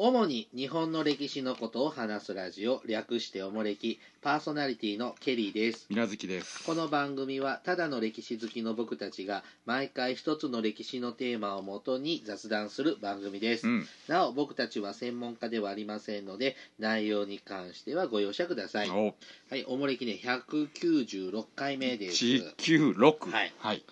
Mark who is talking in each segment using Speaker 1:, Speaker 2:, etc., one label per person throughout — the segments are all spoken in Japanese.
Speaker 1: 主に日本の歴史のことを話すラジオ、略しておもれき、パーソナリティのケリーです。
Speaker 2: 水無月です。
Speaker 1: この番組はただの歴史好きの僕たちが毎回一つの歴史のテーマをもとに雑談する番組です。なお僕たちは専門家ではありませんので、内容に関してはご容赦ください。はい、おもれきね196回目です。
Speaker 2: 196。
Speaker 1: はい。はい、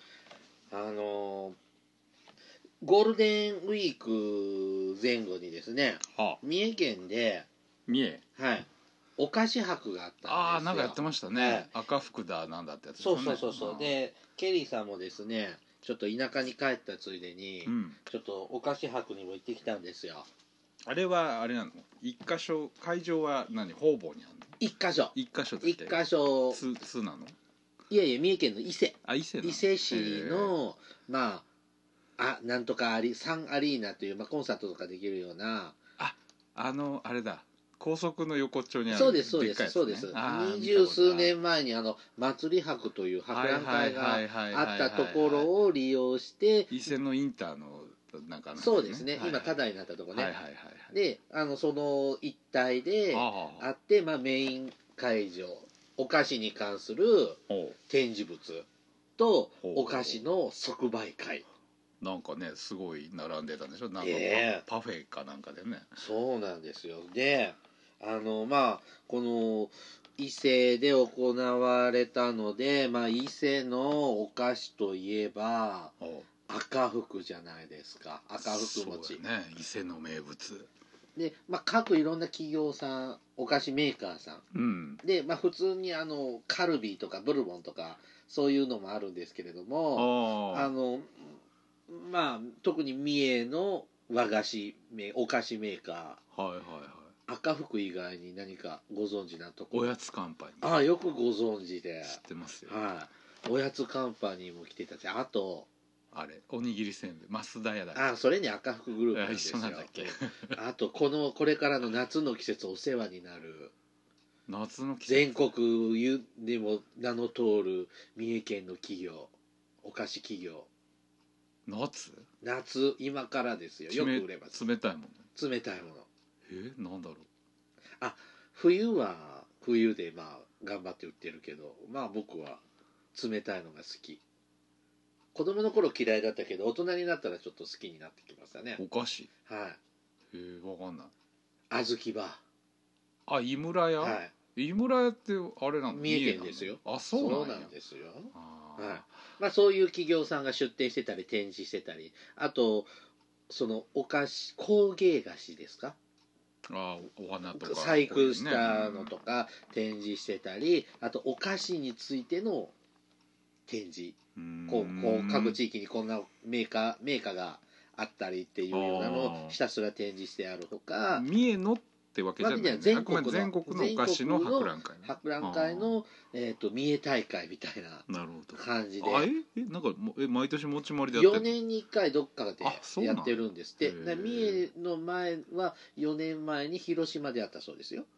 Speaker 1: ゴールデンウィーク前後にですね、三重県ではい、お菓子博があったんですよ。
Speaker 2: ああ、なんかやってましたね。はい、赤福だなんだってやつですね。
Speaker 1: そうで、ケリーさんもですね、ちょっと田舎に帰ったついでに、ちょっとお菓子博にも行ってきたんですよ。
Speaker 2: あれはあれなの？一箇所会場は何？方々にあるの？
Speaker 1: 一箇所。
Speaker 2: 一箇所だって。
Speaker 1: 一箇所。
Speaker 2: つなの？
Speaker 1: いやいや、三重県の伊勢。伊勢市のなんとかサンアリーナという、コンサートとかできるような。
Speaker 2: あれだ。高速の横っちょにある。
Speaker 1: そうです。二十数年前に祭り博という博覧会があったところを利用して、
Speaker 2: 伊勢のインターのなんか、
Speaker 1: そうですね、今タダになったとこね。で、その一帯であって、メイン会場、お菓子に関する展示物とお菓子の即売会。
Speaker 2: なんかね、すごい並んでたんでしょ。なんかパフェかなんかでね。
Speaker 1: そうなんですよ。で、この伊勢で行われたので、伊勢のお菓子といえば赤福じゃないですか。赤福餅。
Speaker 2: そうね、伊勢の名物
Speaker 1: で、各いろんな企業さん、お菓子メーカーさん、で、普通にカルビーとかブルボンとかそういうのもあるんですけれども、特に三重のお菓子メーカー、赤福以外に何かご存知なところ？
Speaker 2: おやつカンパニー。
Speaker 1: よくご存知で。
Speaker 2: 知ってますよ。
Speaker 1: おやつカンパニーも来てたし、あと
Speaker 2: おにぎりせんべい、増田屋だ。
Speaker 1: それに赤福グループなんですよ。
Speaker 2: 一緒なんだっけ。
Speaker 1: あとこれからの夏の季節お世話になる
Speaker 2: 夏の季節、
Speaker 1: 全国でも名の通る三重県の企業、お菓子企業。夏、今からですよ。よく売れます。
Speaker 2: 冷たいもの。
Speaker 1: 冷たいもの。
Speaker 2: なんだろう。
Speaker 1: 冬は冬で頑張って売ってるけど、僕は冷たいのが好き。子供の頃嫌いだったけど、大人になったらちょっと好きになってきましたね。
Speaker 2: お菓子。
Speaker 1: はい。
Speaker 2: わかんない。
Speaker 1: 小豆バー。
Speaker 2: 井村屋。はい。井村屋ってあれなの？
Speaker 1: 三重県ですよ。そうなんですよ。そういう企業さんが出店してたり展示してたり、あとそのお菓子、工芸菓子ですか？
Speaker 2: お花とか
Speaker 1: 細工したのとか展示してたり、あとお菓子についての展示、こう各地域にこんなメーカーがあったりっていうようなのをひたすら展示してあるほか、
Speaker 2: 三重のってわけじゃない、
Speaker 1: 全国の
Speaker 2: お菓子の博覧会
Speaker 1: の三重大会みたいな感じで、
Speaker 2: なんか毎年持ち回りで
Speaker 1: やってる。4年に1回どっかでやってるんですって。三重の前は4年前に広島であったそうですよ。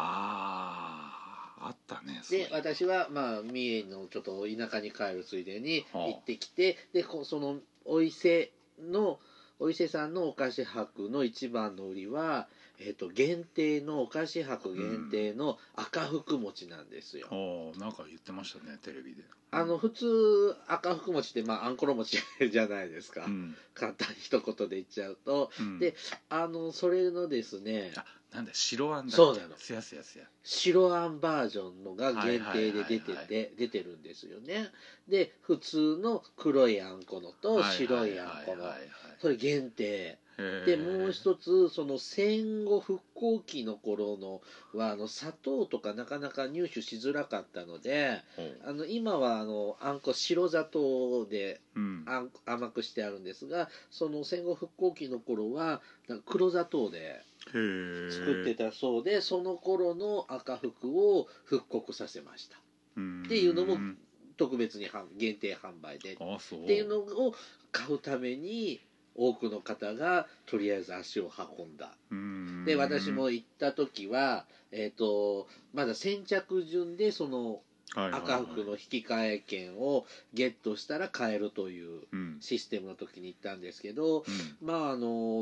Speaker 2: あったね。
Speaker 1: で、私は三重のちょっと田舎に帰るついでに行ってきて、でそのお伊勢さんのお菓子博の一番の売りは、限定のお菓子博限定の赤福餅なんですよ。
Speaker 2: なんか言ってましたね、テレビで。
Speaker 1: 普通赤福餅ってあんころ餅じゃないですか。簡単に一言で言っちゃうと、でそれのですね、
Speaker 2: なんだ白あんだっけ。
Speaker 1: そうなの。
Speaker 2: 白
Speaker 1: あんバージョンのが限定で出てるんですよね。で普通の黒いあんこのと白いあんこの、それ限定で、もう一つその戦後復興期の頃のは砂糖とかなかなか入手しづらかったので、今はあんこ白砂糖で甘くしてあるんですが、その戦後復興期の頃は黒砂糖で作ってたそうで、その頃の赤福を復刻させましたっていうのも特別に限定販売でっていうのを買うために多くの方がとりあえず足を運んだ。で私も行った時は、まだ先着順でその赤福の引換券をゲットしたら買えるというシステムの時に行ったんですけど、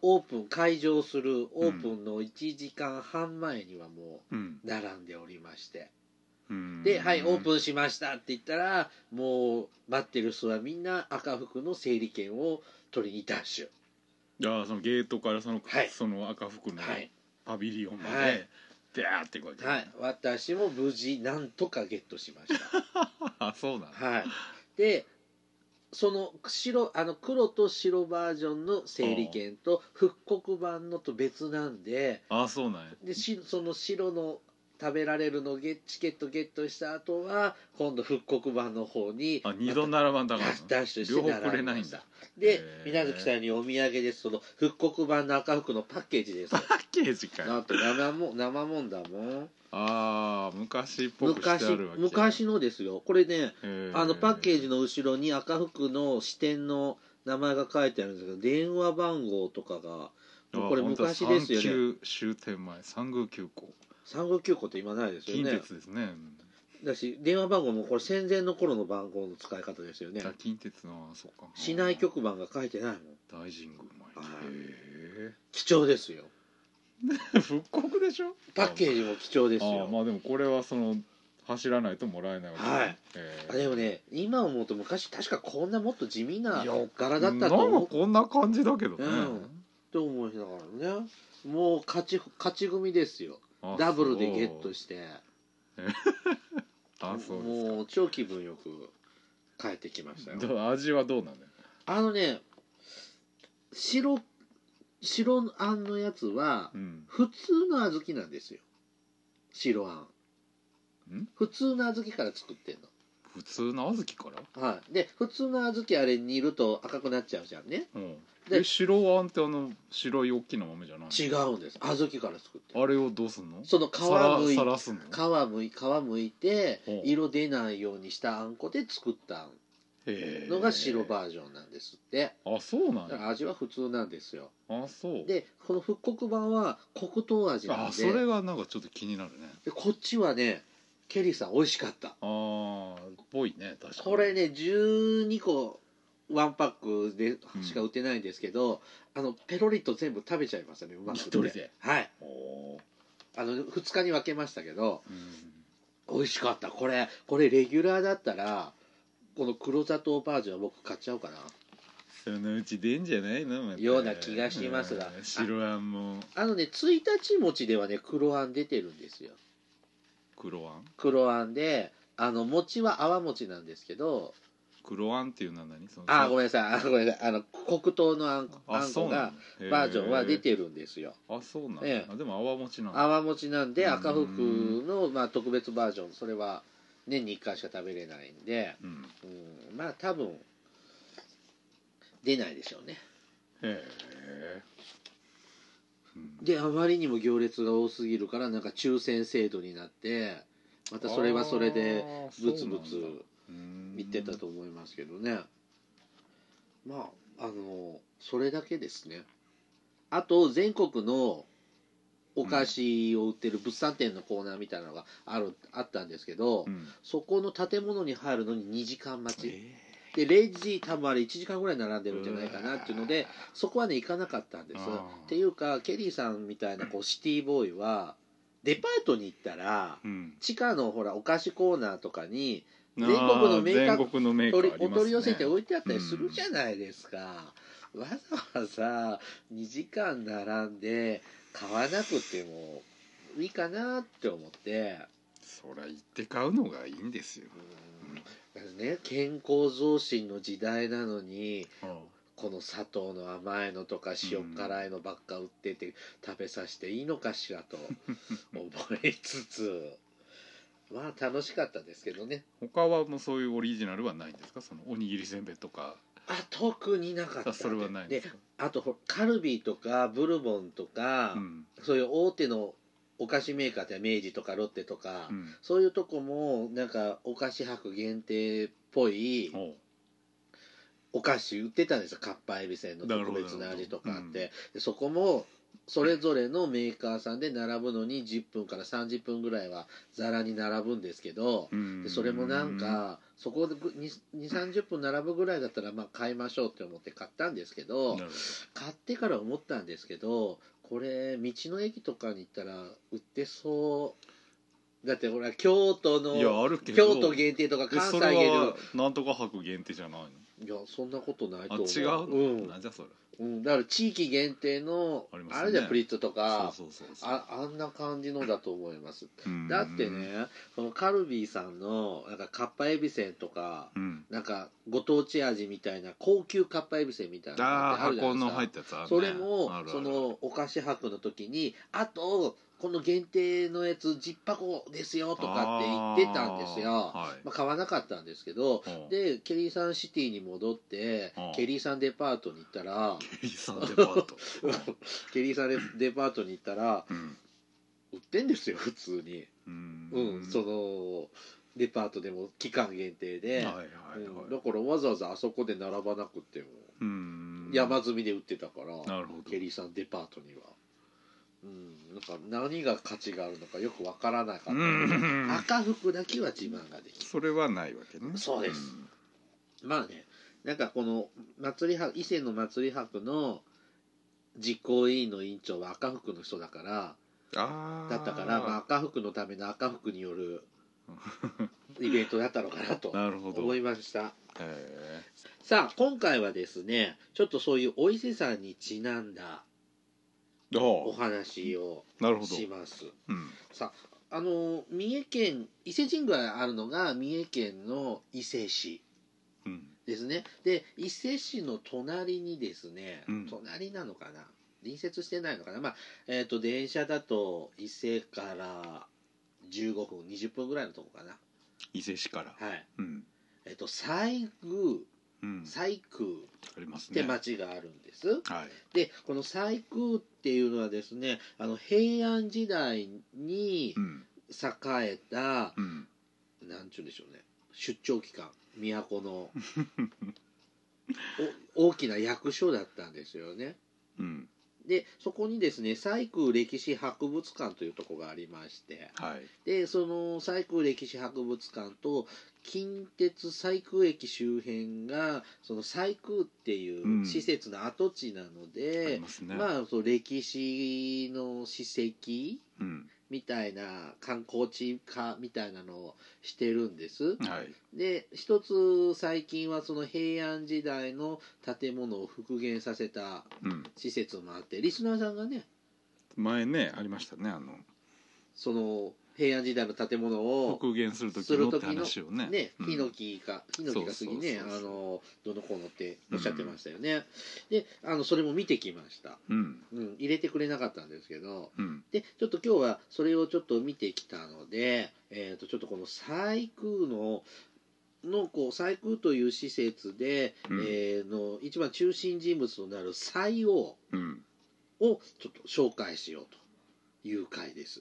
Speaker 1: オープン開場するオープンの1時間半前にはもう並んでおりまして、で、はい、オープンしましたって言ったら、もう待ってる人はみんな赤服の整理券を取りにダッシュ。
Speaker 2: そのゲートからその赤服のパビリオンまでビャーってこうやって、
Speaker 1: はい、私も無事なんとかゲットしました
Speaker 2: あ、そうなんだ。
Speaker 1: はい。でその黒と白バージョンの整理券と復刻版のと別なんで、
Speaker 2: そうなんや。
Speaker 1: でその白の食べられるのチケットゲットした後は今度復刻版の方に
Speaker 2: 2度並ばんだから
Speaker 1: ダッシュして並びました。両方くれないんだ。で水無月さんにお土産です。その復刻版の赤服のパッケージです。
Speaker 2: パッケージかよ。
Speaker 1: なんと生もんだもん。
Speaker 2: 昔っぽくしてあるわけ。
Speaker 1: 昔のですよ。これね、パッケージの後ろに赤服の支店の名前が書いてあるんですけど、電話番号とかがこれ昔ですよね。
Speaker 2: 終点前三宮急行。
Speaker 1: 三宮急行って今ないですよね。
Speaker 2: 近鉄ですね。
Speaker 1: だし電話番号もこれ戦前の頃の番号の使い方ですよね。
Speaker 2: 近鉄のそうか。
Speaker 1: 市内局番が書いてないもん。
Speaker 2: 大神宮前。
Speaker 1: 貴重ですよ。
Speaker 2: 復刻でしょ。
Speaker 1: パッケージも貴重ですよ。
Speaker 2: でもこれは走らないともらえないわけ。
Speaker 1: はい。でもね、今思うと昔確かこんなもっと地味な柄だったと思う。
Speaker 2: なんかこんな感じだけどね。
Speaker 1: と思いながらね。もう勝ち組ですよ。ダブルでゲットして。もう超気分よく帰ってきましたよ。
Speaker 2: 味はどうなんだよ。
Speaker 1: 白あんのやつは普通の小豆なんですよ。白あん。普通の小豆から作ってんの。
Speaker 2: 普通の小豆から？
Speaker 1: はい。で普通の小豆あれ煮ると赤くなっちゃうじゃんね。
Speaker 2: で白あんって白い大きな豆じゃない？
Speaker 1: 違うんです。小豆から作って
Speaker 2: あれをどうすんの？
Speaker 1: その皮むいて
Speaker 2: うん
Speaker 1: 色出ないようにしたあんこで作ったのが白バージョンなんですって。
Speaker 2: そうなんや。
Speaker 1: だから味は普通なんですよ。
Speaker 2: そう
Speaker 1: でこの復刻版は黒糖味なんで、
Speaker 2: それがなんかちょっと気になるね。
Speaker 1: でこっちはねケリーさん美味しかった。
Speaker 2: っぽいね。確かに
Speaker 1: これね12個ワンパックでしか売ってないんですけど、ペロリと全部食べちゃいましたね。うまくて。
Speaker 2: 一人で。
Speaker 1: はい。2日に分けましたけど、美味しかった。これレギュラーだったらこの黒砂糖バージョンは僕買っちゃおうかな。
Speaker 2: そのうち出んじゃないの？
Speaker 1: ような気がしますが、
Speaker 2: 白あんも
Speaker 1: 1日餅ではね黒あん出てるんですよ。黒あんで餅は泡餅なんですけど、
Speaker 2: 黒あんっていうのは何？
Speaker 1: ごめんなさい黒糖のあんこがバージョンは出てるんですよ。
Speaker 2: そうなんだ。でも泡餅なんだ。
Speaker 1: 泡餅なんで赤福の特別バージョン、それは年に1回しか食べれないんで、多分出ないでしょうね。であまりにも行列が多すぎるからなんか抽選制度になってまたそれはそれでブツブツ言ってたと思いますけどね。それだけですね。あと全国のお菓子を売ってる物産展のコーナーみたいなのがあったんですけど、そこの建物に入るのに2時間待ち、でレジ多分あれ1時間ぐらい並んでるんじゃないかなっていうのでそこはね行かなかったんです。っていうかケリーさんみたいなシティボーイはデパートに行ったら、地下のお菓子コーナーとかに全国のメーカーお取り寄せて置いてあったりするじゃないですか。わざわざ2時間並んで買わなくてもいいかなって思って。
Speaker 2: そりゃ行って買うのがいいんですよ。
Speaker 1: 健康増進の時代なのに、この砂糖の甘いのとか塩辛いのばっか売ってて食べさせていいのかしらと思いつつ楽しかったですけどね。
Speaker 2: 他はもうそういうオリジナルはないんですか？おにぎりせんべいとか。
Speaker 1: 特になかった。
Speaker 2: それはないんですか？
Speaker 1: あとカルビーとかブルボンとか、そういう大手のお菓子メーカーって明治とかロッテとか、そういうとこもなんかお菓子博限定っぽいお菓子売ってたんですよ。かっぱえびせんの特別な味とかあって、そこもそれぞれのメーカーさんで並ぶのに10分から30分ぐらいはざらに並ぶんですけど、でそれもなんかそこで2、30分並ぶぐらいだったらまあ買いましょうって思って買ったんですけど、買ってから思ったんですけど、これ道の駅とかに行ったら売ってそう。だってほら京都の京都限定とか関西限定とか、
Speaker 2: なんとか博限定じゃないの？
Speaker 1: いやそんなことないと思う。
Speaker 2: 違うの？なんじゃそれ。
Speaker 1: だから地域限定の あれじゃプリッツとか
Speaker 2: そう
Speaker 1: あんな感じのだと思います。だってね、このカルビーさんのなんかカッパエビせんとか、なんかご当地味みたいな高級カッパエビせんみたいなのってあるじゃないですか。箱の入ったやつあるね。それもそのお菓子博の時にあとこの限定のやつ10箱ですよとかって言ってたんですよ。まあ、買わなかったんですけど、でケリーサンシティに戻ってケリーサンデパートに行ったら
Speaker 2: ケリーサンデパート
Speaker 1: ケリーサンデパートに行ったら、売ってんですよ普通に。そのデパートでも期間限定で、だからわざわざあそこで並ばなくても山積みで売ってたから、ケリーサンデパートには。なんか何が価値があるのかよくわからなかった赤服だけは自慢ができる。
Speaker 2: それはないわけね。
Speaker 1: そうです。まあね、なんかこの伊勢の祭り博の実行委員の委員長は赤服の人だからだったから、まあ、赤服のための赤服によるイベントだったのかなと思いました。さあ今回はですね、ちょっとそういうお伊勢さんにちなんだお話をします。さあ三重県伊勢神宮があるのが三重県の伊勢市ですね。で伊勢市の隣にですね、隣なのかな、隣接してないのかな、まあ電車だと伊勢から15分20分ぐらいのとこかな、
Speaker 2: 伊勢市から。
Speaker 1: はい。西宮西宮って町があるんです。でこの西宮っていうのはですね、平安時代に栄えた、なんちゅうんでしょうね、出張機関都の大きな役所だったんですよね。でそこにですね西宮歴史博物館というところがありまして、でその西宮歴史博物館と近鉄西宮駅周辺がその西宮っていう施設の跡地なので、まあそう歴史の史跡みたいな観光地化みたいなのをしてるんです。で一つ最近はその平安時代の建物を復元させた施設もあって、リスナーさんがね
Speaker 2: 前ねありましたね、
Speaker 1: その平安時代の建物を
Speaker 2: 復元する時のって話をね、
Speaker 1: ヒノキが杉ね、どのこうのっておっしゃってましたよね。でそれも見てきました。入れてくれなかったんですけど、でちょっと今日はそれをちょっと見てきたので、ちょっとこの西宮の西宮という施設で、の一番中心人物となる西王をちょっと紹介しようという回です。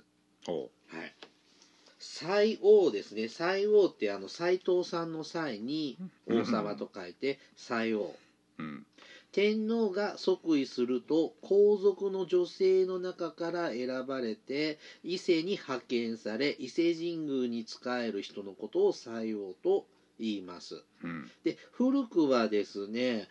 Speaker 1: 西王ですね。西王って斎藤さんの際に王様と書いて西王。天皇が即位すると皇族の女性の中から選ばれて伊勢に派遣され伊勢神宮に仕える人のことを西王と言います。で古くはですね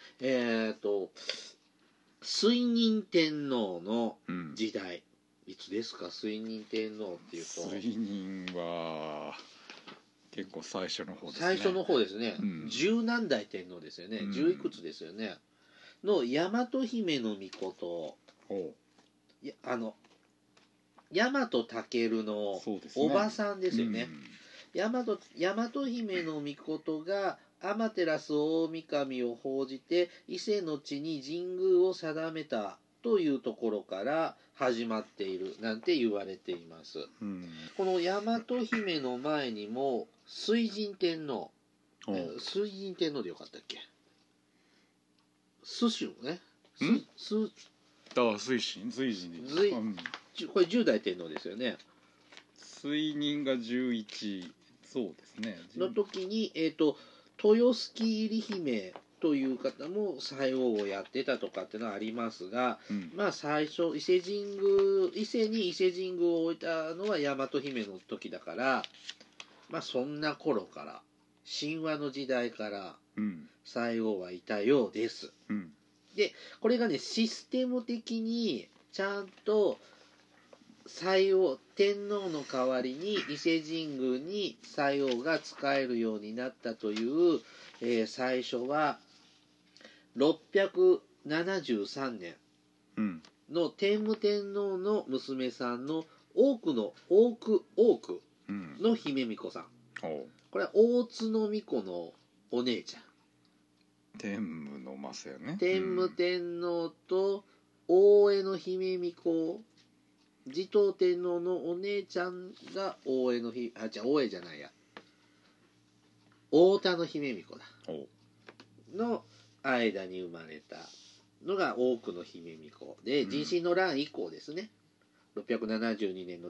Speaker 1: 水仁天皇の時代、いつですか水仁天皇っていうと。
Speaker 2: 水仁は結構最初の方ですね。
Speaker 1: 最初の方ですね。十何代天皇ですよね。十いくつですよね。の大和姫の命大和武のおばさんですよね。大和姫の命が天照大神を奉じて伊勢の地に神宮を定めたというところから始まっているなんて言われています。この大和姫の前にも水神天皇、水神天皇でよかったっけ、水神ね、
Speaker 2: 水神
Speaker 1: これ10代天皇ですよね。
Speaker 2: 水仁が11、そうですね。
Speaker 1: の時に豊助入姫という方も西王をやってたとかっていうのはありますが、まあ最初伊勢に伊勢神宮を置いたのは大和姫の時だから、まあそんな頃から神話の時代から西王はいたようです。でこれがねシステム的にちゃんと西王天皇の代わりに伊勢神宮に西王が使えるようになったという、最初は673年の天武天皇の娘さんの大久の姫巫女さん、これは大津の巫女のお姉ちゃん。
Speaker 2: 天武のマスやね。
Speaker 1: 天武天皇と大江の姫巫女、持統天皇のお姉ちゃんが大江のひあじゃあ大江じゃないや太田の姫巫女だの間に生まれたのが大久の姫巫女で、壬申の乱以降ですね、672年の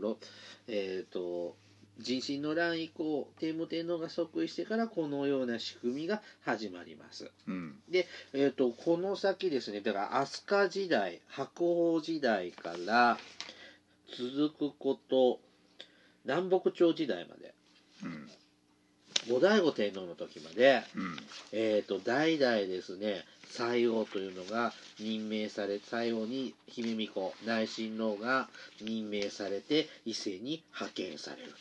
Speaker 1: 壬申の乱以降天武天皇が即位してからこのような仕組みが始まります。で、この先ですね、だから飛鳥時代白鳳時代から続くこと南北朝時代まで、後醍醐天皇の時まで、代々ですね西王というのが任命され、西王に姫巫女内親王が任命されて伊勢に派遣される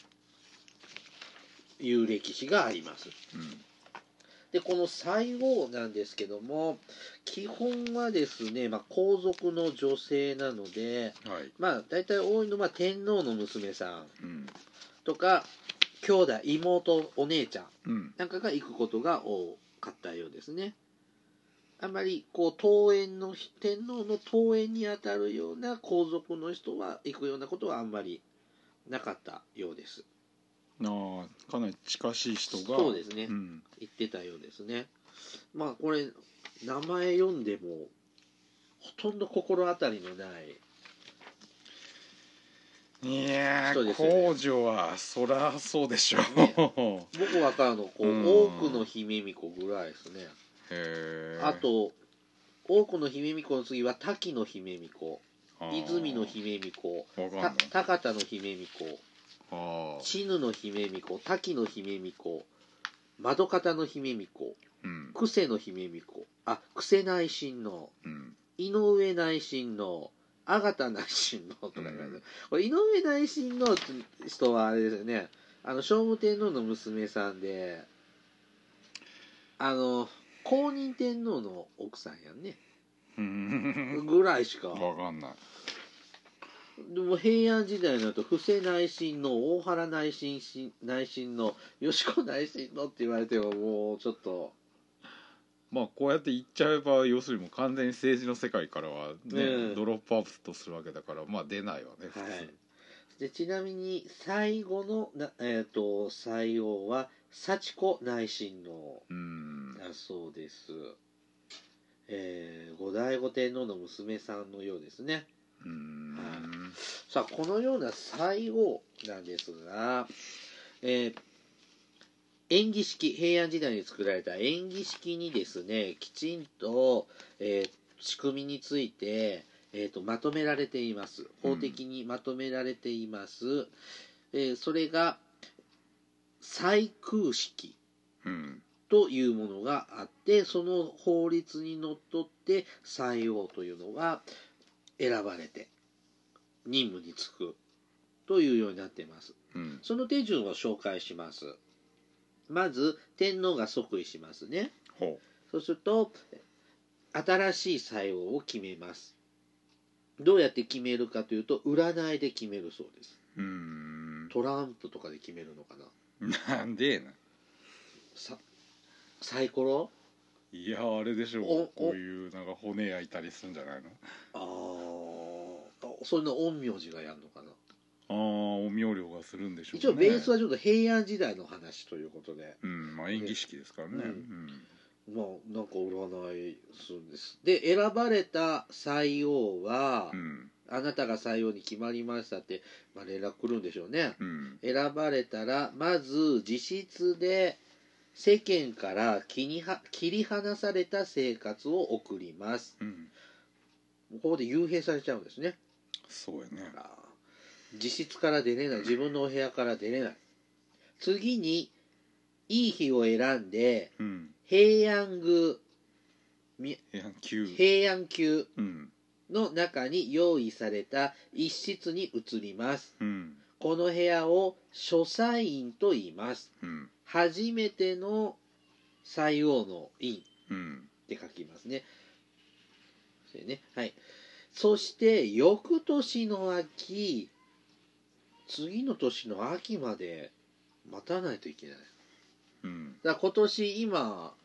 Speaker 1: という歴史があります。でこの西王なんですけども基本はですね、皇族の女性なので、大体多いのは天皇の娘さんとか、兄弟妹お姉ちゃんなんかが行くことが多かったようですね。あんまりこう天皇の遠縁にあたるような皇族の人は行くようなことはあんまりなかったようです。
Speaker 2: かなり近しい人が
Speaker 1: そうですね、言ってたようですね。これ名前読んでもほとんど心当たりのない
Speaker 2: いやー、皇女はそらそうでしょう、
Speaker 1: ね、僕分かるの大久の姫巫女ぐらいですね。あと大久の姫巫女の次は滝の姫巫女、泉の姫巫女、高田の姫巫女、千ぬの姫巫女、滝の姫巫女、窓方の姫巫女、久世の姫巫女、久世内親王、井上内親王、阿形内親王とか言われて、これ井上内親王って人はあれですよね、聖武天皇の娘さんで公認天皇の奥さんやんねぐらいしか
Speaker 2: 分かんない。
Speaker 1: でも平安時代になると布施内親王、大原内親王、吉子内親王って言われてももうちょっと
Speaker 2: こうやって言っちゃえば要するにもう完全に政治の世界からはね、ドロップアウトするわけだから出ないわね普通。
Speaker 1: でちなみに最後の西王は幸子内親王だそうです。後醍醐天皇の娘さんのようですね。さあこのような西王なんですが、演技式、平安時代に作られた演技式にですねきちんと、仕組みについて、まとめられています。法的にまとめられています。それが西空式というものがあって、その法律にのっとって西王というのが選ばれて任務に就くというようになっています。その手順を紹介します。まず天皇が即位しますね。そうすると新しい西王を決めます。どうやって決めるかというと占いで決めるそうです。トランプとかで決めるのか
Speaker 2: な。なんでな
Speaker 1: サイコロ、
Speaker 2: いやあれでしょう、こういうなんか骨焼いたりするんじゃないの。
Speaker 1: それの陰陽師がやるのかな。
Speaker 2: 陰陽寮がするんでしょうね。
Speaker 1: 一応ベースはちょっと平安時代の話ということで、
Speaker 2: 演技式ですからね。
Speaker 1: なんか占いするんです。で選ばれた西王は、あなたが西王に決まりましたって、連絡来るんでしょうね。選ばれたらまず自室で、 世間から切り離された生活を送ります。ここで幽閉されちゃうんですね。
Speaker 2: そうやね。
Speaker 1: 自室から出れない、自分のお部屋から出れない。次にいい日を選んで、平安宮の中に用意された一室に移ります。この部屋を書斎院と言います。初めての斎王の院って書きますね。それね、はい。そして翌年の秋、次の年の秋まで待たないといけない。だから今年今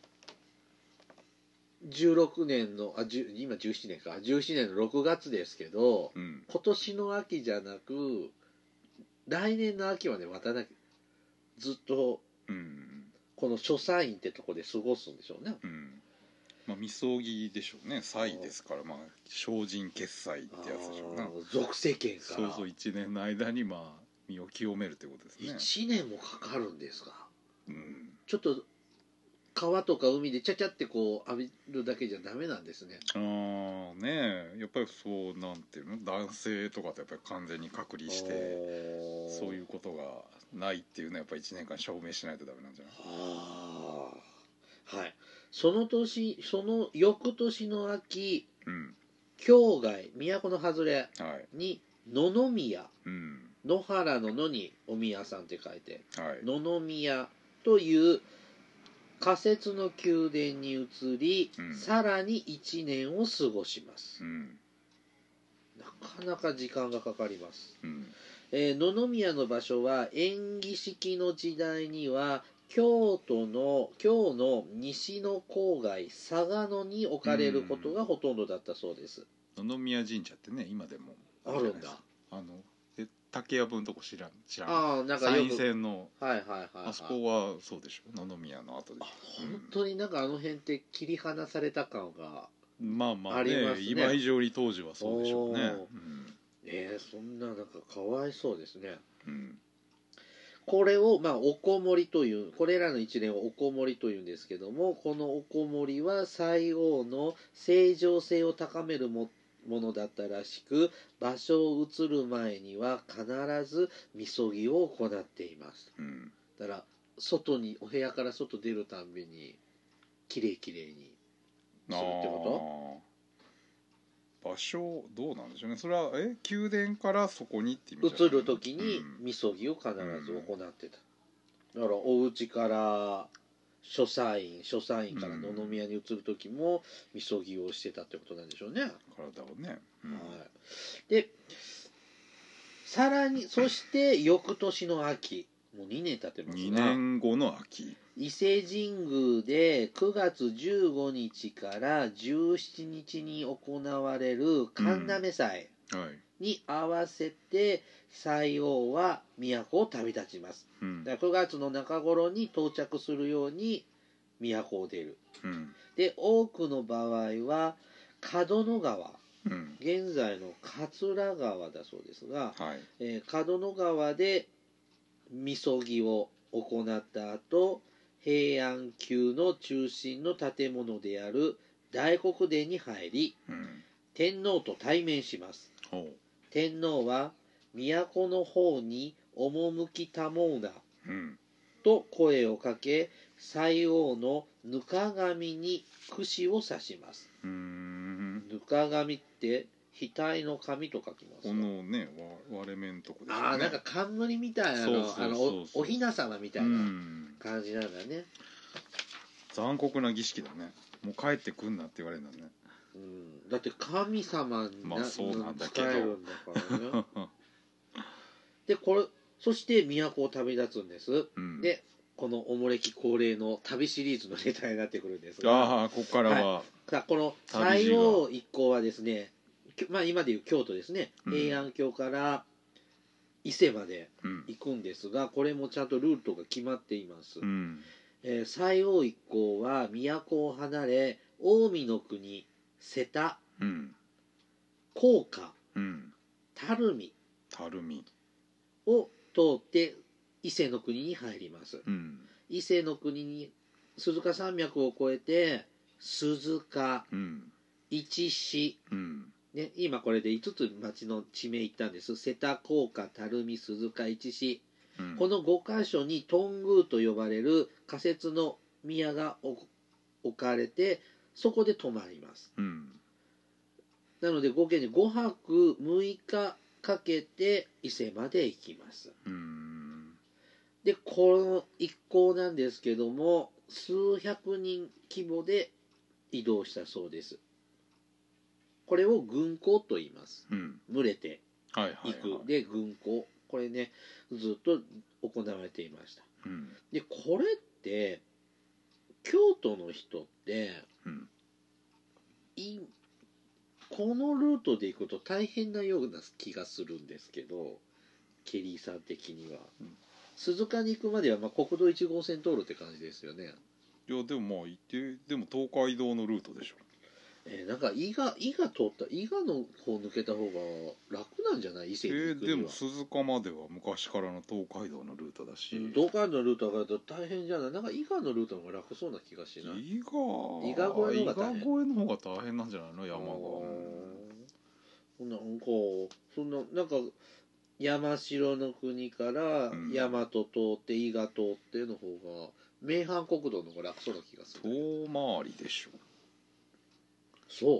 Speaker 1: 16年の今17年か17年の6月ですけど、今年の秋じゃなく来年の秋まで待たなきゃずっと、この書斎院ってとこで過ごすんでしょうね。
Speaker 2: みそぎでしょうね。祭ですから、精進決済ってやつでしょうね。
Speaker 1: 俗世間から。
Speaker 2: そう1年の間に身を清めるってことですね。
Speaker 1: 1年もかかるんですか。ちょっと川とか海でちゃちゃってこう浴びるだけじゃダメなんですね。
Speaker 2: やっぱりそうなんていうの、男性とかとやっぱり完全に隔離してそういうことがないっていうのはやっぱり1年間証明しないとダメなんじゃない。
Speaker 1: はい。その翌年の秋、郊外都の外れに野々宮、野原の野にお宮さんって書いて、野々宮という仮設の宮殿に移り、さらに1年を過ごします。なかなか時間がかかります。野々宮の場所は延喜式の時代には京の西の郊外嵯峨野に置かれることがほとんどだったそうです。
Speaker 2: 野々宮神社ってね、今でも
Speaker 1: あるんだ。
Speaker 2: 竹やぶのとこ知らん。
Speaker 1: なんか
Speaker 2: 参院選の
Speaker 1: あ
Speaker 2: そこはそうでしょ、野々宮の後で。
Speaker 1: 本当になんかあの辺って切り離された感がありますね。
Speaker 2: 今以上に当時はそうでしょうね。
Speaker 1: そんななんかかわいそうですね。これをおこもりという、これらの一連をおこもりというんですけども、このおこもりは斎王の正常性を高めるものだったらしく、場所を移る前には必ずみそぎを行っています。だからお部屋から外出るたんびにきれいにするってこと？
Speaker 2: 場所どうなんでしょうね。それは宮殿からそこにって意味じゃない？
Speaker 1: 移る時にみそぎを必ず行ってた。だからお家から書斎院から野々宮に移る時もみそぎをしてたってことなんでしょうね。
Speaker 2: 体をね。
Speaker 1: でさらにそして翌年の秋、もう2年経ってますが、
Speaker 2: 2年後の秋、
Speaker 1: 伊勢神宮で9月15日から17日に行われる神嘗祭に合わせて斎王は都を旅立ちます。だから9月の中頃に到着するように都を出る。で多くの場合は門野川、現在の桂川だそうですが、門野川でみそぎを行った後、平安宮の中心の建物である大黒殿に入り、天皇と対面します。天皇は都の方に赴きたもうな、と声をかけ、斎王のぬか紙に櫛を刺します。ぬか紙って額の紙と書きます。
Speaker 2: このね割れ目のとこでしょうね。
Speaker 1: なんか冠みたいなおひな様みたいな感じなんだね。
Speaker 2: 残酷な儀式だね。もう帰ってくんなって言われるんだね。
Speaker 1: だって神様に
Speaker 2: そうなんだけど
Speaker 1: 使えるんだからね。でそして都を旅立つんです。でこのおもれき恒例の旅シリーズのネタになってくるんですが、
Speaker 2: ここからは、
Speaker 1: この斎王一行はですね、今でいう京都ですね、平安京から伊勢まで行くんですが、これもちゃんとルートが決まっています。斎王一行は都を離れ、近江の国瀬田、甲賀、垂水を通って伊勢の国に入ります。 伊勢の国に鈴鹿山脈を越えて鈴鹿、市市、ね、今これで5つ町の地名言ったんです。瀬田、甲賀、垂水、鈴鹿、市市、この5箇所に頓宮と呼ばれる仮設の宮が置かれて、そこで泊まります。なので合計で5泊6日かけて伊勢まで行きます。でこの一行なんですけども、数百人規模で移動したそうです。これを軍行と言います。群れて行くで軍行、これねずっと行われていました。でこれって京都の人って、このルートで行くと大変なような気がするんですけど、ケリーさん的には、鈴鹿に行くまでは国道1号線通るって感じですよね。
Speaker 2: いやでも行ってでも東海道のルートでしょ。
Speaker 1: なんか伊賀通った伊賀の方抜けた方が楽なんじゃない？伊勢に行くには。
Speaker 2: でも鈴鹿までは昔からの東海道のルートだし、
Speaker 1: 東海道のルート上がると大変じゃない？なんか伊賀のルートの方が楽そうな気がしない？
Speaker 2: 伊賀
Speaker 1: 越えの方が大変。
Speaker 2: 伊賀越えの方が大変なんじゃないの？山が。
Speaker 1: なんか山城の国から大和通って伊賀通っての方が名阪国道の方が楽そうな気がする。
Speaker 2: 遠回りでしょ。
Speaker 1: そう？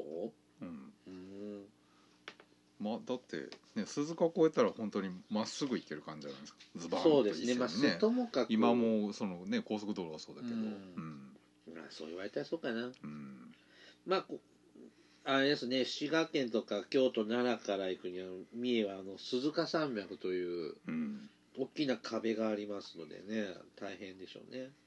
Speaker 2: だってね、鈴鹿越えたら本当にまっすぐ行ける感じじゃないですか。ズバーン
Speaker 1: そうですね。まあともかく
Speaker 2: 今もそのね高速道路はそうだけど、
Speaker 1: まあそう言われたらそうかな。まああれですね、滋賀県とか京都奈良から行くには三重は鈴鹿山脈という大きな壁がありますのでね、大変でしょうね。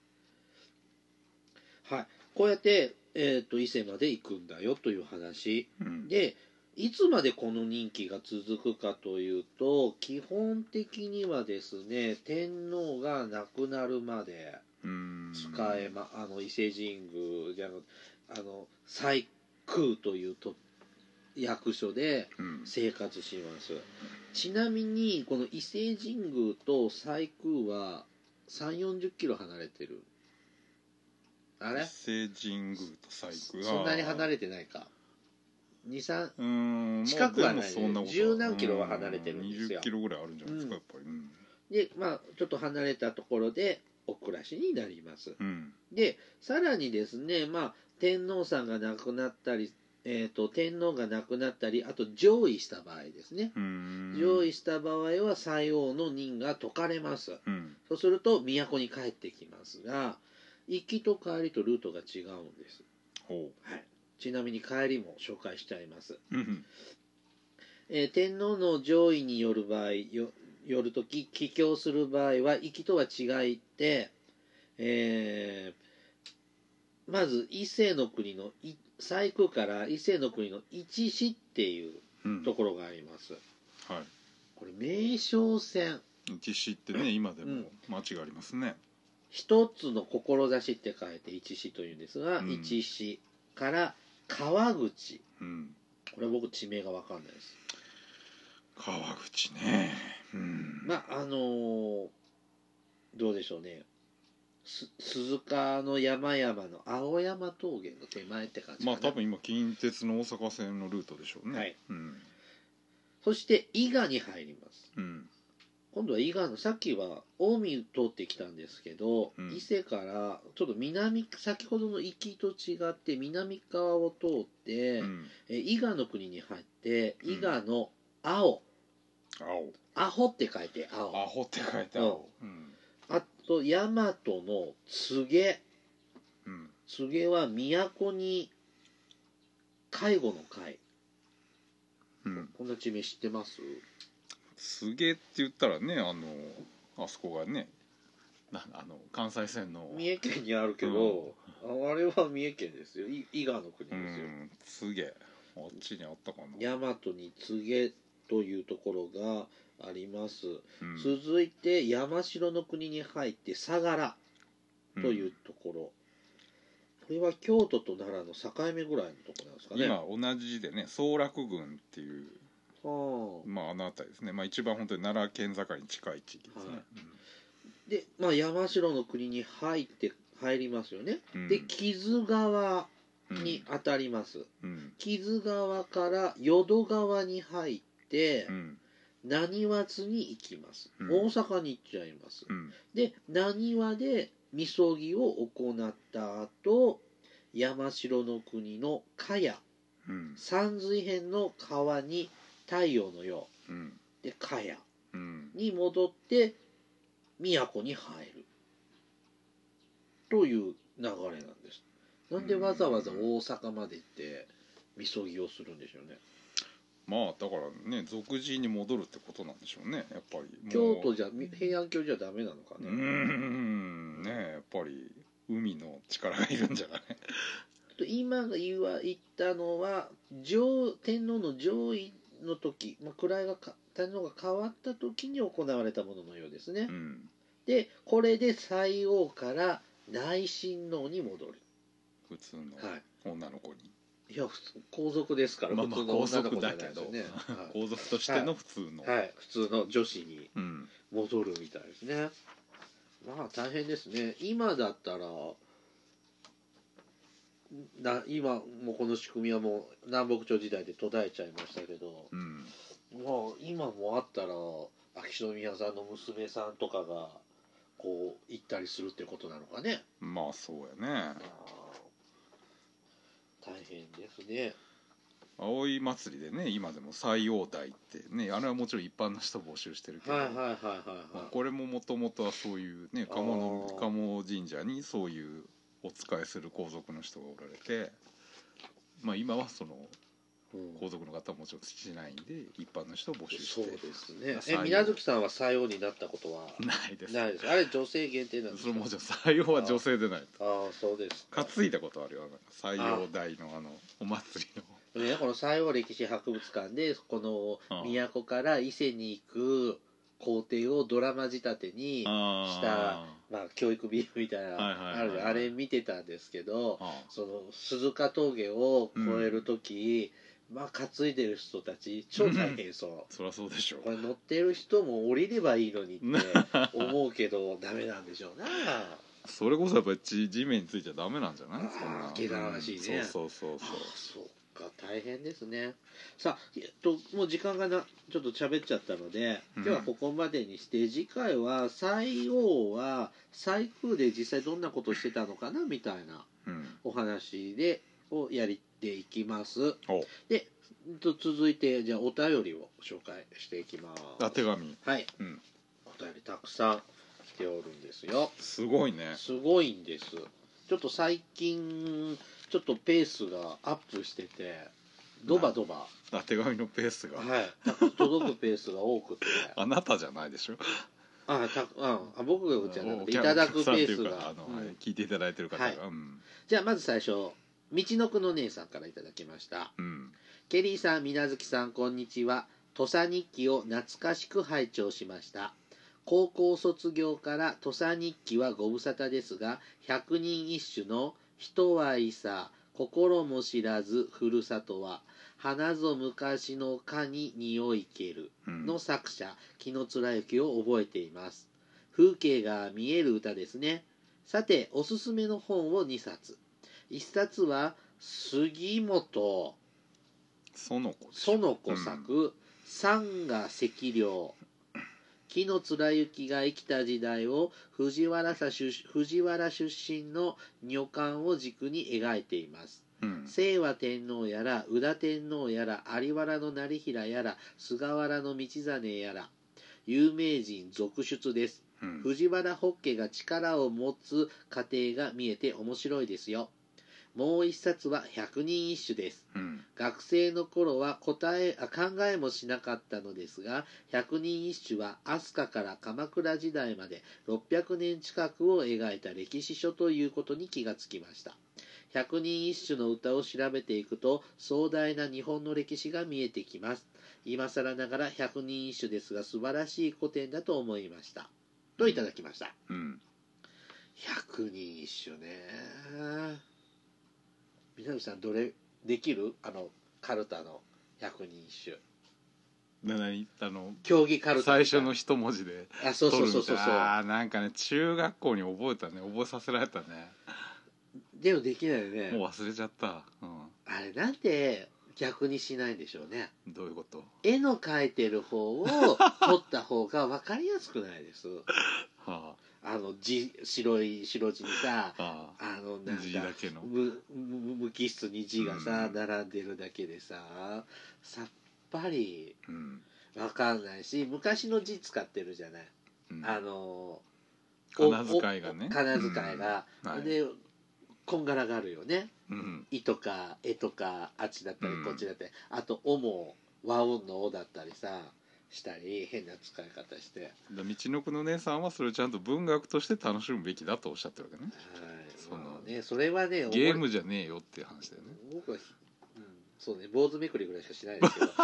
Speaker 1: はい、こうやって伊勢まで行くんだよという話、でいつまでこの人気が続くかというと、基本的にはですね、天皇が亡くなるまで使え伊勢神宮じゃ西宮という役所で生活します。ちなみにこの伊勢神宮と西宮は3、40キロ離れてる。あれ？
Speaker 2: 伊勢神宮と西宮
Speaker 1: そんなに離れてないか。2、3近くはないね。10何キロは離れてるんですよ。
Speaker 2: 20キロぐらいあるんじゃないですか、やっぱり。
Speaker 1: でちょっと離れたところでお暮らしになります。でさらにですね、天皇さんが亡くなったり、天皇が亡くなったり、あと上位した場合ですね。上位した場合は西王の任が解かれます。そうすると都に帰ってきますが、行きと帰りとルートが違うんです。ちなみに帰りも紹介しちゃいます。天皇の上位によるとき、帰郷する場合は行きとは違って、まず伊勢の国の西宮から伊勢の国の市市っていうところがあります。これ名勝線。
Speaker 2: 市市ってね、今でも町がありますね。
Speaker 1: 一つの志って書いて市市というんですが、市市から川口、これ僕地名が分かんないです。
Speaker 2: 川口ね。
Speaker 1: どうでしょうね。鈴鹿の山々の青山峠の手前って感じかな。
Speaker 2: 多分今近鉄の大阪線のルートでしょうね。
Speaker 1: そして伊賀に入ります。今度は伊賀の、さっきは近江通ってきたんですけど、伊勢からちょっと先ほどの行きと違って南側を通って、伊賀の国に入って伊賀の青アホって書いて青、
Speaker 2: アホって書いて青、
Speaker 1: あと大和の柘植、柘植は都に介護の介、こんな地名知ってます？
Speaker 2: 柘植って言ったらね、あそこがね、関西線の
Speaker 1: 三重県にあるけど、あれは三重県ですよ。伊賀の国ですよ。
Speaker 2: 柘植、あっちにあったかな。
Speaker 1: 大和に柘植というところがあります。続いて山城の国に入って相良というところ、これは京都と奈良の境目ぐらいのところなんですかね。
Speaker 2: 今同じでね、総楽郡っていう、あの辺りですね。一番本当に奈良県境に近い地域ですね。
Speaker 1: で、山城の国に入りますよね、
Speaker 2: うん、
Speaker 1: で木津川に当たります、
Speaker 2: うん、
Speaker 1: 木津川から淀川に入って、
Speaker 2: うん、
Speaker 1: 浪速津に行きます、
Speaker 2: うん、
Speaker 1: 大阪に行っちゃいます、
Speaker 2: うん、
Speaker 1: で浪速でみそぎを行った後、山城の国の茅、
Speaker 2: うん、
Speaker 1: 山水編の川に太陽のよう、
Speaker 2: うん、
Speaker 1: で茅
Speaker 2: うん、
Speaker 1: に戻って都に入るという流れなんです。なんでわざわざ大阪まで行ってみそぎをするんでしょうね。
Speaker 2: まあだからね、俗人に戻るってことなんでしょうね、やっぱり。
Speaker 1: 京都じゃ、平安京じゃダメなのかね。
Speaker 2: ね、やっぱり海の力がいるんじゃない？
Speaker 1: 今言ったのは天皇の上位の時、天皇が変わった時に行われたもののようですね。
Speaker 2: うん、
Speaker 1: でこれで西王から内親王に戻る。
Speaker 2: 普通の女の子に。
Speaker 1: いや皇族ですから、
Speaker 2: まあ
Speaker 1: 普通の女の子じゃないですよね。
Speaker 2: 皇族としての普通の、
Speaker 1: 普通の女子に戻るみたいですね。まあ大変ですね。今だったら今もうこの仕組みはもう南北朝時代で途絶えちゃいましたけど、もう今もあったら秋篠宮さんの娘さんとかがこう行ったりするってことなのかね。
Speaker 2: まあそうやね。
Speaker 1: 大変ですね。
Speaker 2: 葵祭でね、今でも斎王代ってね、あれはもちろん一般の人募集してるけど、これももともとはそういうね、鴨神社にそういうお仕えする皇族の人がおられて、まあ今はその皇族の方はもちろんしないんで一般の人を募集して。
Speaker 1: そうですね。水無月さんは斎王になったことは
Speaker 2: ないです。
Speaker 1: ないです。あれ女性限定なんですか？
Speaker 2: それもちろん斎王は女性でないと。
Speaker 1: ああそうですか。
Speaker 2: 担いだことあるよ、斎王代のお祭りの。
Speaker 1: この西王歴史博物館でこの都から伊勢に行く工程をドラマ仕立てにした教育ビデオみたいなあれ見てたんですけど、その鈴鹿峠を越える時、担いでる人たち超大変そう。
Speaker 2: そりゃそうでしょう。
Speaker 1: これ乗ってる人も降りればいいのにって思うけどダメなんでしょうな。
Speaker 2: それこそやっぱり地面についちゃダメなんじゃない？
Speaker 1: 汚らしいね。
Speaker 2: そう
Speaker 1: 大変ですね。さあ、もう時間がちょっと喋っちゃったので、今日はここまでにして、次回は西王は西宮で実際どんなことをしてたのかなみたいなお話をやっていきます。で続いてじゃあお便りを紹介していきます。
Speaker 2: 手紙。
Speaker 1: はい、お便りたくさん来ておるんですよ。
Speaker 2: すごいね。
Speaker 1: すごいんです。ちょっと最近ちょっとペースがアップしててドバドバ
Speaker 2: 手紙のペースが
Speaker 1: 届くペースが多くて
Speaker 2: あなたじゃないでしょ。
Speaker 1: 僕がじゃなくていただくペースが
Speaker 2: 聞いていただいてる方が、
Speaker 1: じゃあまず最初道のくの姉さんからいただきました、ケリーさん、みなずきさん、こんにちは。土佐日記を懐かしく拝聴しました。高校卒業から土佐日記はご無沙汰ですが、百人一首の人はいさ心も知らずふるさとは花ぞ昔のかに匂いけるの作者、紀貫之を覚えています。風景が見える歌ですね。さておすすめの本を2冊。1冊は杉本園子作、山河赤陵。紀貫之が生きた時代を藤原出身の女官を軸に描いています。清和天皇やら宇田天皇やら有原の業平やら菅原道真やら有名人続出です。藤原北家が力を持つ過程が見えて面白いですよ。もう一冊は百人一首です。学生の頃は考えもしなかったのですが、百人一首は飛鳥から鎌倉時代まで600年近くを描いた歴史書ということに気がつきました。百人一首の歌を調べていくと壮大な日本の歴史が見えてきます。今更ながら百人一首ですが素晴らしい古典だと思いました。といただきました。百人一首ね。南さんどれできる？カルタの百人一首。 競技カルタ
Speaker 2: 最初の一文字で
Speaker 1: そうそうそうそう。
Speaker 2: なんかね中学校に覚えさせられたね。
Speaker 1: でもできないよね。
Speaker 2: もう忘れちゃった、
Speaker 1: あれなんで逆にしないんでしょうね。
Speaker 2: どういうこと？
Speaker 1: 絵の描いてる方を取った方が分かりやすくないです？はあ、白地にさ、なんか
Speaker 2: 字だけの
Speaker 1: 無機質に字がさ、並んでるだけでさ、さっぱり分かんないし、昔の字使ってるじゃない。
Speaker 2: 仮名遣いがね。
Speaker 1: 仮名遣いが、でこんがらがるよね。いとかえとかあっちだったりこっちだったり、あとおも和音のおだったりさしたり、変な使い方して。
Speaker 2: 道のくの姉さんはそれをちゃんと文学として楽しむべきだとおっしゃってるわけね。
Speaker 1: はい、それはね
Speaker 2: ゲームじゃねえよっていう話だよね。
Speaker 1: 僕は、そうね、坊主めくりぐらいしかしないですけど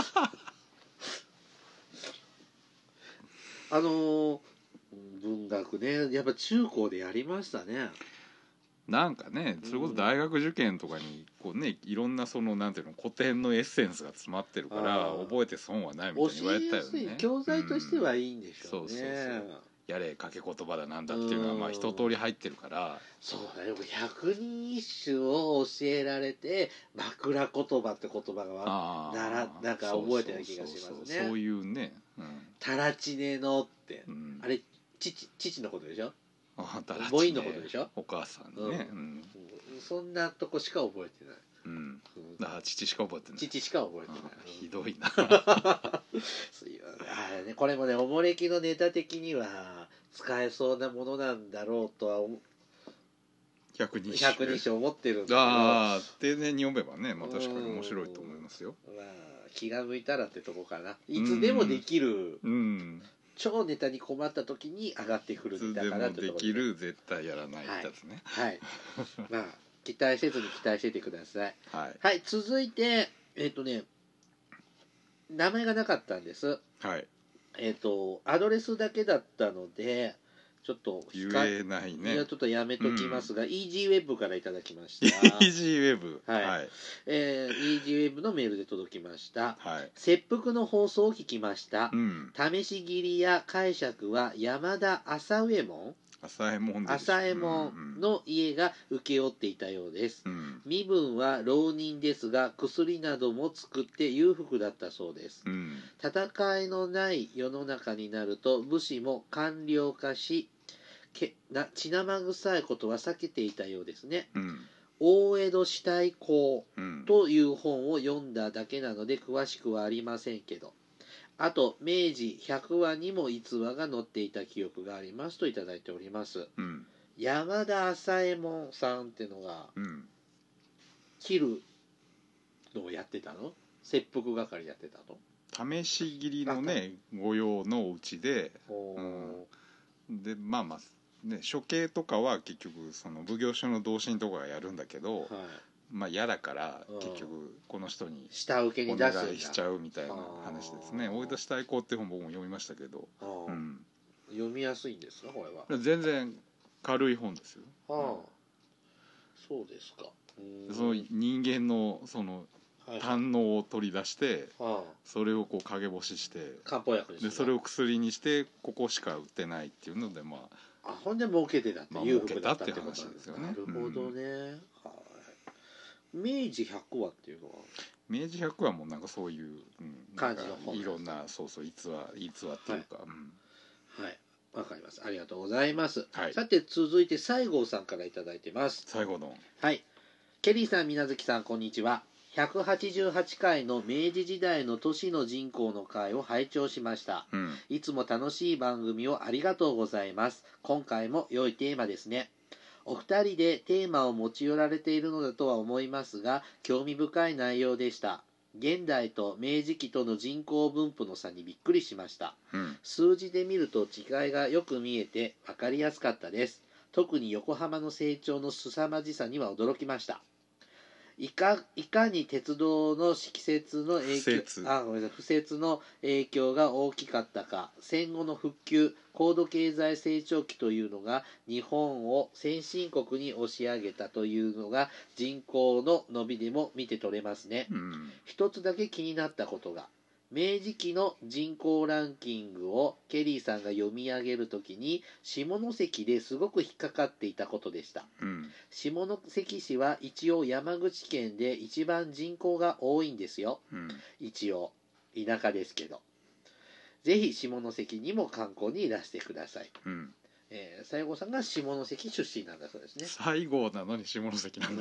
Speaker 1: 文学ね、やっぱ中高でやりましたね。
Speaker 2: なんかね、それこそ大学受験とかにこうね、いろんなそのなんていうの古典のエッセンスが詰まってるから覚えて損はないみたいに言われたよね。
Speaker 1: 教材としてはいいんでしょうね。そう
Speaker 2: やれ掛け言葉だなんだっていうのはまあ一通り入ってるから。
Speaker 1: そうだよ、百人一首を教えられて枕言葉って言葉がなんか覚えてる気がしますね。
Speaker 2: そういうね、
Speaker 1: タラチネのって、あれ父のことでしょ。母音のことでしょ。
Speaker 2: お母さんね、
Speaker 1: そんなとこしか覚えてない。
Speaker 2: だから父しか覚えてない。
Speaker 1: 父しか覚えてない。
Speaker 2: ひどいな
Speaker 1: これもね、おもれきのネタ的には使えそうなものなんだろうとは
Speaker 2: 百人
Speaker 1: 一首思ってるんだ
Speaker 2: けど、丁寧に読めばね、まあ確かに面白いと思いますよ。
Speaker 1: 気が向いたらってとこかな。いつでもできる、超ネタに困った時に上がってくるネタかなってところで、
Speaker 2: いつでもできる絶対やらないやつね。
Speaker 1: はい、まあ期待せずに期待しててください。はい、続いて名前がなかったんです。
Speaker 2: はい。
Speaker 1: アドレスだけだったのでちょっと
Speaker 2: 言えないね。
Speaker 1: いやちょっとやめときますが、EasyWeb からいただきました。
Speaker 2: EasyWeb、
Speaker 1: はい。EasyWeb のメールで届きました。
Speaker 2: はい。
Speaker 1: 切腹の放送を聞きました。試し切りや解釈は山田朝右衛門の家が請け負っていたようです。身分は浪人ですが薬なども作って裕福だったそうです。戦いのない世の中になると武士も官僚化し血生臭いことは避けていたようですね。大江戸死体公という本を読んだだけなので詳しくはありませんけど、あと明治100話にも逸話が載っていた記憶がありますといただいております。山田朝右衛門さんっていうのが、切るのをやってたの？切腹係やってた
Speaker 2: の？試し切りのね御用のお家で、でまあね、処刑とかは結局その奉行所の同心とかがやるんだけど、まあ嫌だから結局この人に
Speaker 1: 下請けに
Speaker 2: お願いしちゃうみたいな話ですね。大江戸死体公って本僕も読みましたけど、
Speaker 1: 読みやすいんですかこれは？
Speaker 2: 全然軽い本ですよ。
Speaker 1: そうですか。
Speaker 2: その人間のその胆のを取り出して、それをこう陰干しして
Speaker 1: 漢方薬
Speaker 2: でそれを薬にしてここしか売ってないっていうのでまあ
Speaker 1: ほんで儲けてたって裕福だったって
Speaker 2: 話ですよね。
Speaker 1: なるほどね。明治100話っていうのは
Speaker 2: 明治100話もなんかそういう
Speaker 1: 感じの本、
Speaker 2: いろんなそう逸話っていうか、
Speaker 1: はいわかります。ありがとうございます。さて続いて西郷さんからいただいてます。
Speaker 2: 西郷の
Speaker 1: ケリーさん、水無月さん、こんにちは。188回の明治時代の都市の人口の回を拝聴しました。いつも楽しい番組をありがとうございます。今回も良いテーマですね。お二人でテーマを持ち寄られているのだとは思いますが、興味深い内容でした。現代と明治期との人口分布の差にびっくりしました。数字で見ると違いがよく見えて分かりやすかったです。特に横浜の成長の凄まじさには驚きました。いかに鉄道の敷設の敷設の影響が大きかったか、戦後の復旧、高度経済成長期というのが日本を先進国に押し上げたというのが人口の伸びでも見て取れますね。一つだけ気になったことが、 明治期の人口ランキングをケリーさんが読み上げるときに下関ですごく引っかかっていたことでした。下関市は一応山口県で一番人口が多いんですよ。一応田舎ですけど、ぜひ下関にも観光にいらしてください。西郷さんが下関出身なんだそうですね。
Speaker 2: 西郷なのに下関なんだ。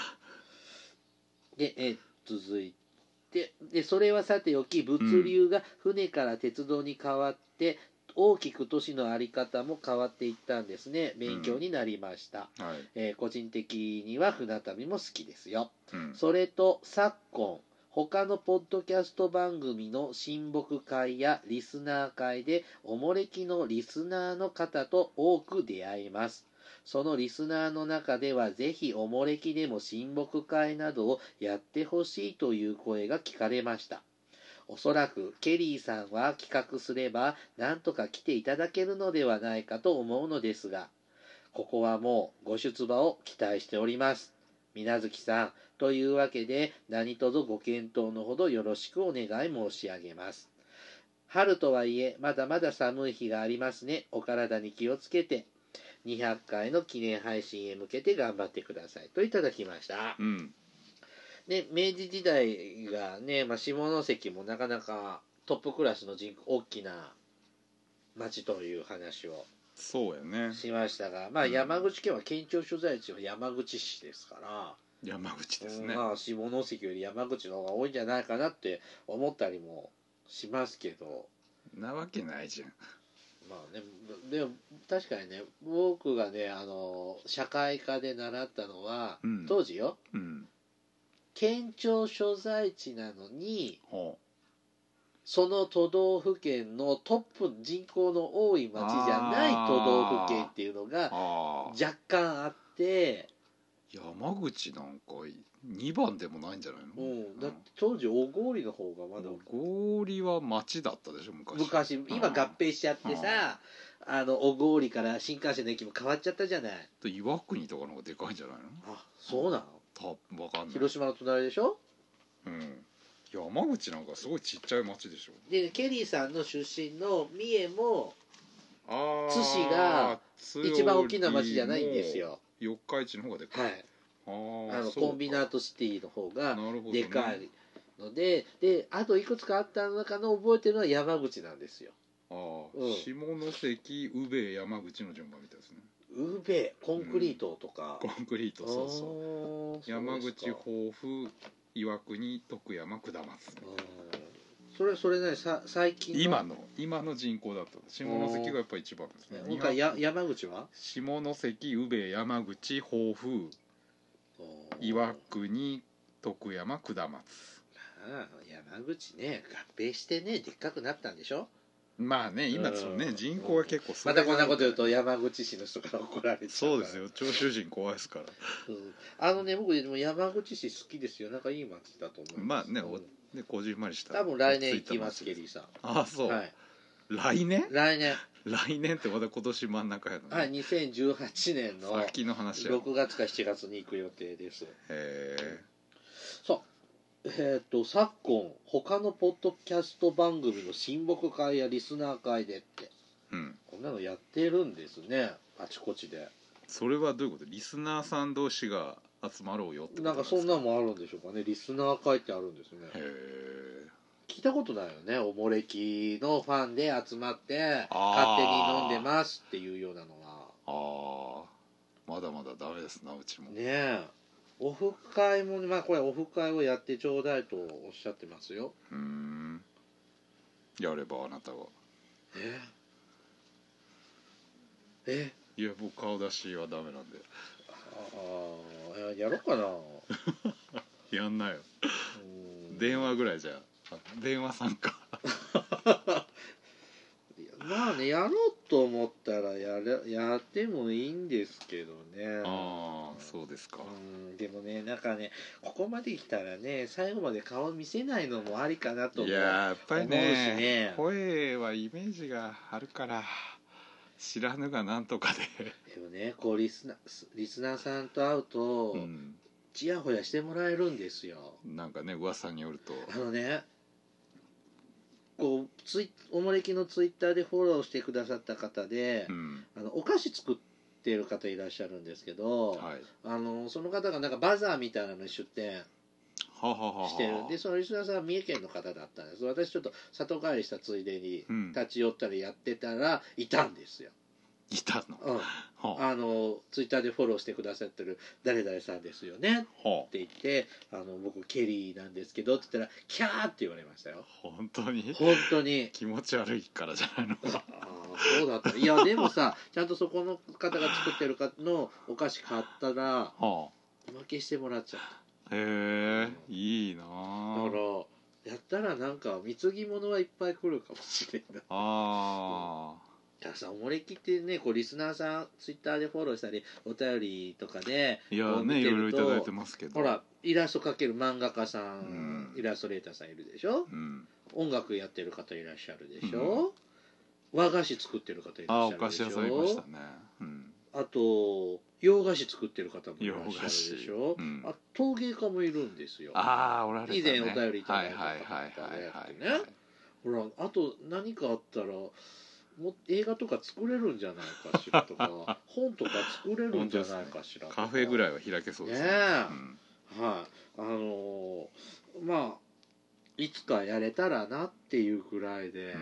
Speaker 1: で、続いてでそれはさておき、物流が船から鉄道に変わって、大きく都市の在り方も変わっていったんですね。勉強になりました。個人的には船旅も好きですよ。それと昨今他のポッドキャスト番組の親睦会やリスナー会でおもれきのリスナーの方と多く出会います。そのリスナーの中ではぜひおもれきでも親睦会などをやってほしいという声が聞かれました。おそらくケリーさんは企画すれば何とか来ていただけるのではないかと思うのですが、ここはもうご出馬を期待しております。水月さん、というわけで何卒ご検討のほどよろしくお願い申し上げます。春とはいえまだまだ寒い日がありますね。お体に気をつけて200回の記念配信へ向けて頑張ってくださいといただきました。で明治時代がね、下関もなかなかトップクラスの大きな町という話を
Speaker 2: そうやね
Speaker 1: しましたが、山口県は県庁所在地は山口市ですから、
Speaker 2: 山口ですね。
Speaker 1: 下関より山口の方が多いんじゃないかなって思ったりもしますけど。
Speaker 2: なわけないじゃん。
Speaker 1: でも確かにね、僕がね社会科で習ったのは、当時よ、県庁所在地なのに、その都道府県のトップ人口の多い町じゃない都道府県っていうのが若干あって、
Speaker 2: 山口なんか2番でもないんじゃないの？
Speaker 1: だって当時小郡の方がまだ、
Speaker 2: 小郡は町だったでしょ昔。
Speaker 1: 今合併しちゃってさ、小郡から新幹線の駅も変わっちゃったじゃない。
Speaker 2: 岩国とかの方がでかいんじゃないの？
Speaker 1: あ、そうな
Speaker 2: の？分かんない。
Speaker 1: 広島の隣でしょ。
Speaker 2: 山口なんかすごいちっちゃい町でしょ。
Speaker 1: でケリーさんの出身の三重も津市が一番大きな町じゃないんですよ。
Speaker 2: 四日市の方がでかい。
Speaker 1: コンビナートシティの方がでかいので、あといくつかあった中の覚えてるのは山口なんですよ。
Speaker 2: 下関、宇部、山口の順番みたいですね。
Speaker 1: 宇部コンクリートとか、
Speaker 2: コンクリート、そう山口、防府、岩国、徳山、下松。
Speaker 1: それね、最近
Speaker 2: 今の人口だと下関がやっぱり一番ですね。
Speaker 1: 山口は
Speaker 2: 下関、宇部、山口、防府、岩国、徳山、下松。
Speaker 1: 山口ね、合併してね、でっかくなったんでしょ。
Speaker 2: 今そうね、人口が結構
Speaker 1: またこんなこと言うと山口市の人から怒られちゃうから。
Speaker 2: そうですよ、長州人怖いですから。
Speaker 1: 僕でも山口市好きですよ。なんかいい町だと思います。
Speaker 2: こじんまりした。
Speaker 1: 多分来年行きます、ケリーさん。
Speaker 2: そう。来年ってまだ今年真ん中やの。
Speaker 1: 2018年の
Speaker 2: 先の話
Speaker 1: 6月か7月に行く予定です。昨今他のポッドキャスト番組の親睦会やリスナー会でって、こんなのやってるんですね、あちこちで。
Speaker 2: それはどういうこと？リスナーさん同士が集まろうよってことなんですか？
Speaker 1: なんかそんなのもあるんでしょうかね。リスナー会ってあるんですね。聞いたことないよね。おもれきのファンで集まって勝手に飲んでますっていうようなのは。
Speaker 2: まだまだダメですな、うちも。
Speaker 1: ねえ、オフ会もこれオフ会をやってちょうだいとおっしゃってますよ。
Speaker 2: やればあなたは。いや、僕顔出しはダメなんで。
Speaker 1: やろうかな。
Speaker 2: やんなよ。電話ぐらいじゃ。電話参加。
Speaker 1: やろうと思ったらやってもいいんですけどね。
Speaker 2: そうですか。
Speaker 1: でもね、なんかね、ここまで来たらね、最後まで顔見せないのもありかなと思う。
Speaker 2: やっぱりね、声はイメージがあるから知らぬがなんとかで。で
Speaker 1: もね、こうリスナーさんと会うと、ちやほやしてもらえるんですよ。
Speaker 2: なんかね、噂によると。
Speaker 1: 構おもれきのツイッターでフォローしてくださった方で、お菓子作ってる方いらっしゃるんですけど、
Speaker 2: はい、
Speaker 1: その方がなんかバザーみたいなのに出店してるんで、そのリスナーさんは三重県の方だったんです。私ちょっと里帰りしたついでに立ち寄ったりやってたらいたんですよ。
Speaker 2: いたの、
Speaker 1: ツイッターでフォローしてくださってる誰々さんですよねって言って僕ケリーなんですけどって言ったらキャーって言われましたよ。
Speaker 2: 本当に気持ち悪いからじゃないの。
Speaker 1: そうだった。いやでもさちゃんとそこの方が作ってるかのお菓子買ったら負けしてもらっちゃった。
Speaker 2: へえ、いいな。
Speaker 1: だからやったらなんか貢ぎ物はいっぱい来るかもしれない。だからさ、おもれきってねこうリスナーさんツイッターでフォローしたりお便りとかで
Speaker 2: いやねいろいろいただいてますけど、
Speaker 1: ほらイラスト描ける漫画家さん、イラストレーターさんいるでしょ、音楽やってる方いらっしゃるでしょ、和菓子作ってる方いらっしゃるでしょ。
Speaker 2: お菓子屋さんいましたね。
Speaker 1: あと洋菓子作ってる方もいらっしゃるでしょ。陶芸家もいるんですよ。以前お便りいただいた方でね。ほらあと何かあったら映画とか作れるんじゃないかしらとか本とか作れるんじゃないかしらとか、
Speaker 2: カフェぐらいは開けそうですね。
Speaker 1: はい、まあいつかやれたらなっていうくらいで、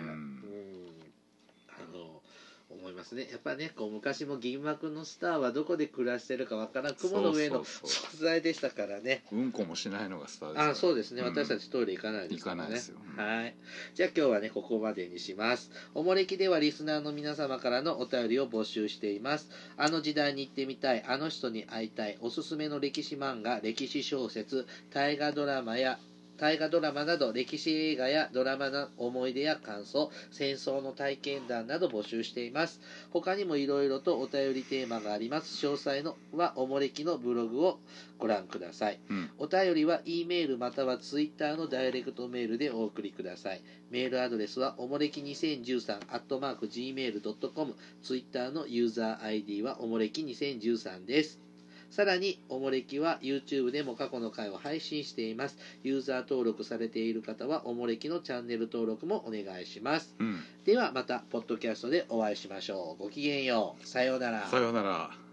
Speaker 1: 思いますね。やっぱねこう昔も銀幕のスターはどこで暮らしてるかわからん雲の上の存在でしたからね。
Speaker 2: うんこもしないのがスターですから。
Speaker 1: そうですね、私たちトイレ行かないですからね。
Speaker 2: 行かないですよ。
Speaker 1: はい。じゃあ今日はねここまでにします。おもれきではリスナーの皆様からのお便りを募集しています。あの時代に行ってみたい、あの人に会いたい、おすすめの歴史漫画、歴史小説、大河ドラマなど歴史映画やドラマの思い出や感想、戦争の体験談など募集しています。他にもいろいろとお便りテーマがあります。詳細はおもれきのブログをご覧ください。お便りは E メールまたは Twitter のダイレクトメールでお送りください。メールアドレスはおもれき2013@gmail.com、 Twitter のユーザー ID はおもれき2013です。さらにおもれきは YouTube でも過去の回を配信しています。ユーザー登録されている方はおもれきのチャンネル登録もお願いします。ではまたポッドキャストでお会いしましょう。ごきげんよう。さようなら。
Speaker 2: さようなら。